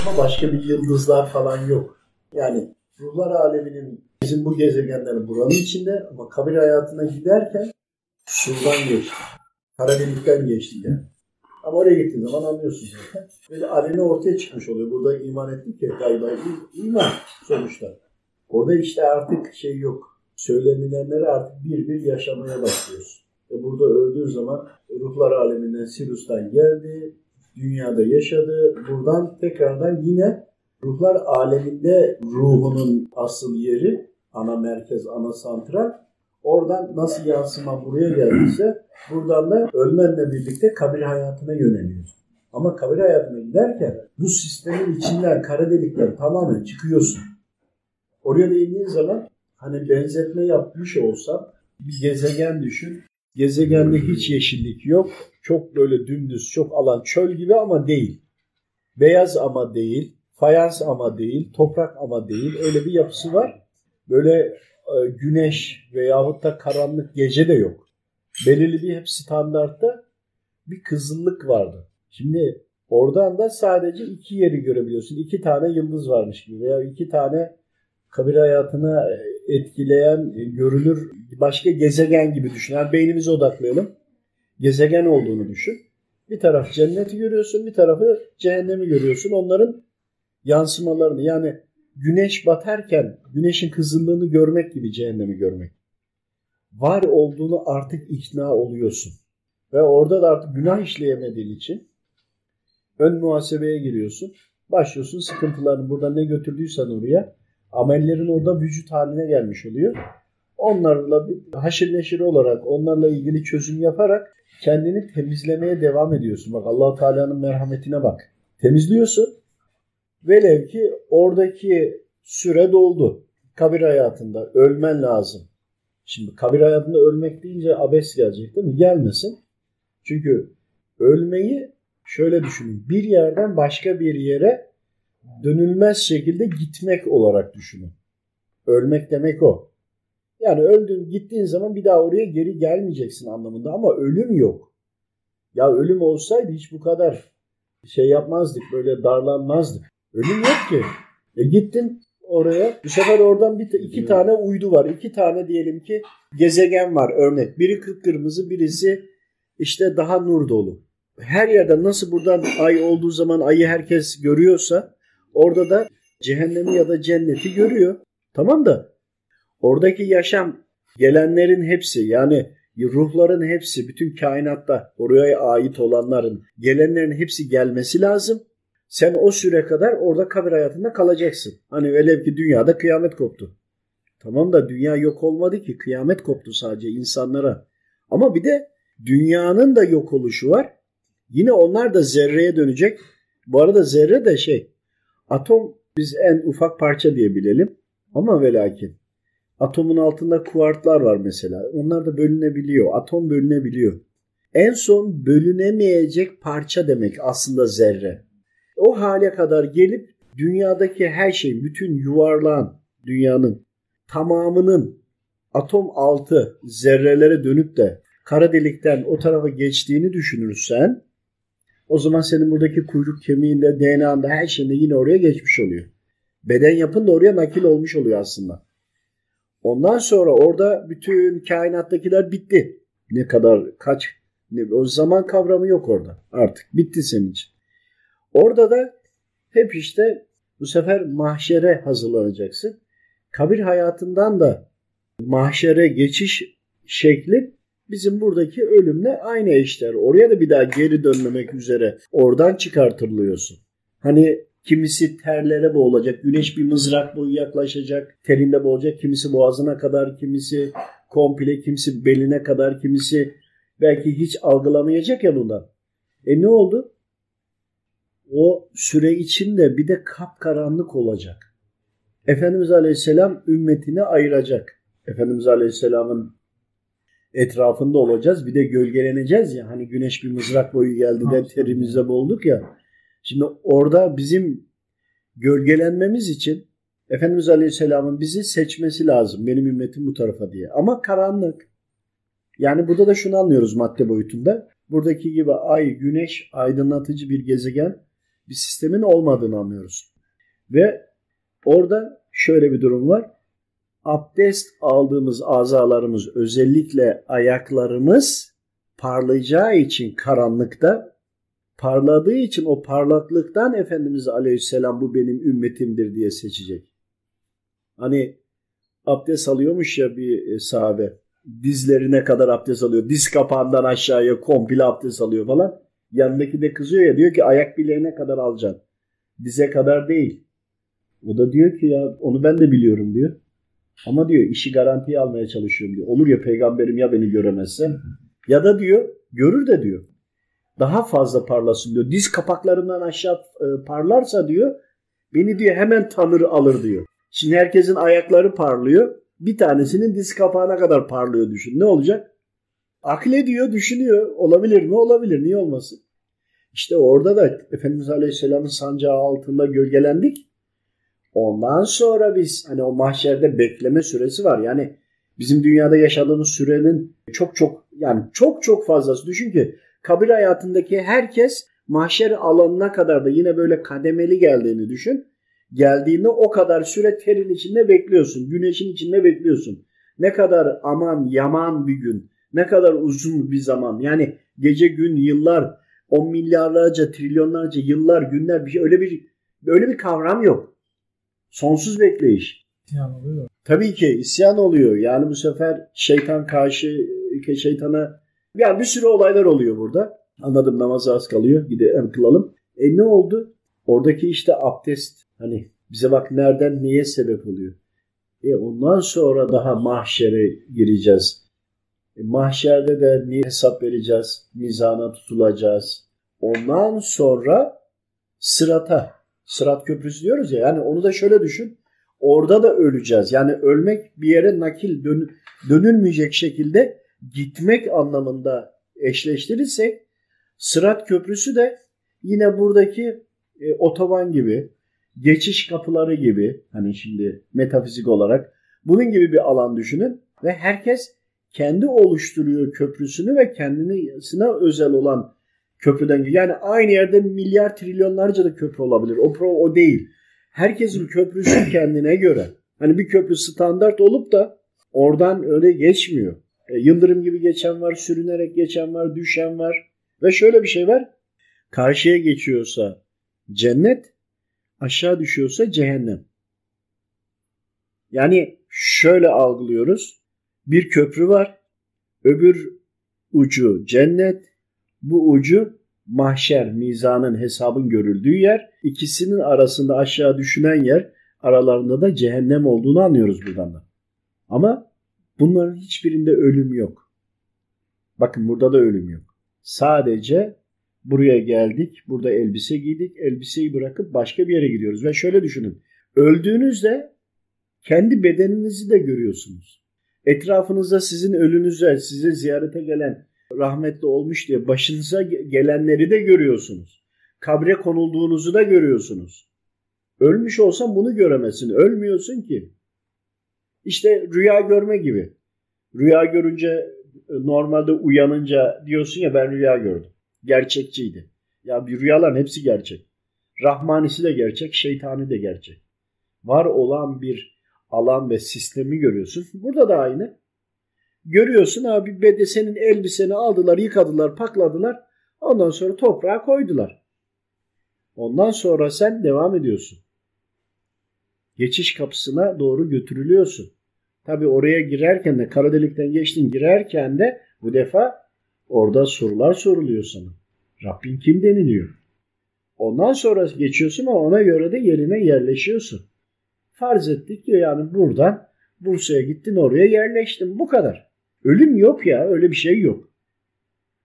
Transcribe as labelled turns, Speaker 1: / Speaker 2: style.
Speaker 1: Ama başka bir yıldızlar falan yok. Yani ruhlar aleminin bizim bu gezegenlerin buranın içinde ama kabir hayatına giderken şuradan geçti. Kara delikten geçti yani. Ama oraya gittiğin zaman anlıyorsun zaten. Böyle alemi ortaya çıkmış oluyor. Burada iman ettik ya galiba iman sonuçta. Orada işte artık şey yok. Söylenilenleri artık bir bir yaşamaya başlıyorsun. Burada öldüğü zaman ruhlar aleminden Sirus'tan geldi. Dünyada yaşadı. Buradan tekrardan yine ruhlar aleminde ruhunun asıl yeri, ana merkez, ana santral. Oradan nasıl yansıma buraya geldiyse buradan da ölmenle birlikte kabir hayatına yöneliyor. Ama kabir hayatına giderken bu sistemin içinden, kara delikten tamamen çıkıyorsun. Oraya da indiğin zaman hani benzetme yapmış olsam bir gezegen düşün. Gezegende hiç yeşillik yok. Çok böyle dümdüz, çok alan çöl gibi ama değil. Beyaz ama değil. Fayans ama değil. Toprak ama değil. Öyle bir yapısı var. Böyle güneş veyahut da karanlık gece de yok. Belirli bir hep standartta bir kızıllık vardı. Şimdi oradan da sadece iki yeri görebiliyorsun. 2 tane yıldız varmış gibi veya 2 tane kabir hayatına etkileyen, görülür başka gezegen gibi düşün. Yani beynimize odaklayalım. Gezegen olduğunu düşün. Bir taraf cenneti görüyorsun, bir tarafı cehennemi görüyorsun. Onların yansımalarını yani güneş batarken güneşin kızıllığını görmek gibi cehennemi görmek. Var olduğunu artık ikna oluyorsun. Ve orada da artık günah işleyemediğin için ön muhasebeye giriyorsun. Başlıyorsun sıkıntılarını burada ne götürdüysen oraya amellerin orada vücut haline gelmiş oluyor. Onlarla bir haşir neşir olarak onlarla ilgili çözüm yaparak kendini temizlemeye devam ediyorsun. Bak Allah-u Teala'nın merhametine bak. Temizliyorsun. Velev ki oradaki süre doldu. Kabir hayatında ölmen lazım. Şimdi kabir hayatında ölmek deyince abes gelecek değil mi? Gelmesin. Çünkü ölmeyi şöyle düşünün. Bir yerden başka bir yere dönülmez şekilde gitmek olarak düşünün. Ölmek demek o. Yani öldün gittiğin zaman bir daha oraya geri gelmeyeceksin anlamında ama ölüm yok. Ya ölüm olsaydı hiç bu kadar şey yapmazdık, böyle darlanmazdık. Ölüm yok ki. Gittin oraya. Bu sefer oradan iki tane uydu var. 2 tane diyelim ki gezegen var örnek. Biri kıpkırmızı, birisi işte daha nur dolu. Her yerde nasıl buradan ay olduğu zaman ayı herkes görüyorsa orada da cehennemi ya da cenneti görüyor. Tamam da oradaki yaşam gelenlerin hepsi yani ruhların hepsi bütün kainatta oraya ait olanların gelenlerin hepsi gelmesi lazım. Sen o süre kadar orada kabir hayatında kalacaksın. Hani velev ki dünyada kıyamet koptu. Tamam da dünya yok olmadı ki. Kıyamet koptu sadece insanlara. Ama bir de dünyanın da yok oluşu var. Yine onlar da zerreye dönecek. Bu arada zerre de atom biz en ufak parça diye bilelim. Ama ve lakin atomun altında kuarklar var mesela. Onlar da bölünebiliyor. Atom bölünebiliyor. En son bölünemeyecek parça demek aslında zerre. O hale kadar gelip dünyadaki her şey, bütün yuvarlağın, dünyanın tamamının atom altı zerrelere dönüp de kara delikten o tarafa geçtiğini düşünürsen o zaman senin buradaki kuyruk kemiğinde, DNA'nda her şeyinde yine oraya geçmiş oluyor. Beden yapın da oraya nakil olmuş oluyor aslında. Ondan sonra orada bütün kainattakiler bitti. Ne kadar, o zaman kavramı yok orada. Artık bitti senin için. Orada da hep işte bu sefer mahşere hazırlanacaksın. Kabir hayatından da mahşere geçiş şekli bizim buradaki ölümle aynı eşdeğer. Oraya da bir daha geri dönmemek üzere oradan çıkartılıyorsun. Hani kimisi terlere boğulacak, güneş bir mızrak boyu yaklaşacak, terinde boğulacak, kimisi boğazına kadar, kimisi komple, kimisi beline kadar, kimisi belki hiç algılamayacak ya bundan. Ne oldu? O süre içinde bir de kapkaranlık olacak. Efendimiz Aleyhisselam ümmetini ayıracak. Efendimiz Aleyhisselam'ın etrafında olacağız. Bir de gölgeleneceğiz ya. Hani güneş bir mızrak boyu geldi de terimizde boğulduk ya. Şimdi orada bizim gölgelenmemiz için Efendimiz Aleyhisselam'ın bizi seçmesi lazım. Benim ümmetim bu tarafa diye. Ama karanlık. Yani burada da şunu anlıyoruz madde boyutunda. Buradaki gibi ay, güneş aydınlatıcı bir gezegen. bir sistemin olmadığını anlıyoruz. Ve orada şöyle bir durum var. Abdest aldığımız azalarımız, özellikle ayaklarımız parlayacağı için karanlıkta, parladığı için o parlaklıktan Efendimiz Aleyhisselam bu benim ümmetimdir diye seçecek. Hani abdest alıyormuş ya bir sahabe, dizlerine kadar abdest alıyor, diz kapağından aşağıya komple abdest alıyor falan. Yanındaki de kızıyor ya, diyor ki ayak bileğine kadar alacaksın, dize kadar değil. O da diyor ki ya onu ben de biliyorum diyor. Ama diyor işi garantiye almaya çalışıyorum diyor. Olur ya peygamberim ya beni göremezse, ya da diyor görür de diyor daha fazla parlasın diyor. Diz kapaklarından aşağı parlarsa diyor beni diyor hemen tanır alır diyor. Şimdi herkesin ayakları parlıyor. Bir tanesinin diz kapağına kadar parlıyor, düşün. Ne olacak? Aklediyor, düşünüyor. Olabilir mi? Olabilir. Niye olmasın? İşte orada da Efendimiz Aleyhisselam'ın sancağı altında gölgelendik. Ondan sonra biz hani o mahşerde bekleme süresi var. Yani bizim dünyada yaşadığımız sürenin çok fazlası. Düşün ki kabir hayatındaki herkes mahşer alanına kadar da yine böyle kademeli geldiğini düşün. Geldiğinde o kadar süre terin içinde bekliyorsun. Güneşin içinde bekliyorsun. Ne kadar aman yaman bir gün. Ne kadar uzun bir zaman. Yani gece gün yıllar, 10 milyarlarca trilyonlarca yıllar günler bir şey, öyle bir kavram yok. Sonsuz bekleyiş.
Speaker 2: İsyan oluyor.
Speaker 1: Tabii ki isyan oluyor. Yani bu sefer şeytana yani bir sürü olaylar oluyor burada. Anladım, namazı az kalıyor. Gidelim kılalım. Ne oldu? Oradaki işte abdest hani bize bak nereden neye sebep oluyor. Ondan sonra daha mahşere gireceğiz. Mahşerde de niye hesap vereceğiz? Mizana tutulacağız. Ondan sonra Sırat köprüsü diyoruz ya. Yani onu da şöyle düşün. Orada da öleceğiz. Yani ölmek bir yere nakil dönülmeyecek şekilde gitmek anlamında eşleştirirsek Sırat köprüsü de yine buradaki otoban gibi, geçiş kapıları gibi, hani şimdi metafizik olarak bunun gibi bir alan düşünün ve herkes kendi oluşturuyor köprüsünü ve kendisine özel olan köprüden, yani aynı yerde milyar trilyonlarca da köprü olabilir. O değil. Herkesin köprüsü kendine göre. Hani bir köprü standart olup da oradan öyle geçmiyor. Yıldırım gibi geçen var, sürünerek geçen var, düşen var. Ve şöyle bir şey var. Karşıya geçiyorsa cennet, aşağı düşüyorsa cehennem. Yani şöyle algılıyoruz. Bir köprü var. Öbür ucu cennet. Bu ucu mahşer, mizanın, hesabın görüldüğü yer. İkisinin arasında aşağı düşünen yer, aralarında da cehennem olduğunu anlıyoruz buradan da. Ama bunların hiçbirinde ölüm yok. Bakın burada da ölüm yok. Sadece buraya geldik, burada elbise giydik, elbiseyi bırakıp başka bir yere gidiyoruz. Ve şöyle düşünün, öldüğünüzde kendi bedeninizi de görüyorsunuz. Etrafınızda sizin ölünüze, sizi ziyarete gelen, rahmetli olmuş diye başınıza gelenleri de görüyorsunuz. Kabre konulduğunuzu da görüyorsunuz. Ölmüş olsan bunu göremezsin. Ölmüyorsun ki. İşte rüya görme gibi. Rüya görünce normalde uyanınca diyorsun ya ben rüya gördüm. Gerçekçiydi. Ya bir rüyaların hepsi gerçek. Rahmanisi de gerçek, şeytani de gerçek. Var olan bir alan ve sistemi görüyorsun. Burada da aynı. Görüyorsun abi, senin elbiseni aldılar, yıkadılar, pakladılar. Ondan sonra toprağa koydular. Ondan sonra sen devam ediyorsun. Geçiş kapısına doğru götürülüyorsun. Tabii oraya girerken de, kara delikten geçtin, girerken de bu defa orada sorular soruluyor sana. Rabbin kim deniliyor? Ondan sonra geçiyorsun ama ona göre de yerine yerleşiyorsun. Farz ettik ki yani buradan Bursa'ya gittin, oraya yerleştin. Bu kadar. Ölüm yok ya, öyle bir şey yok.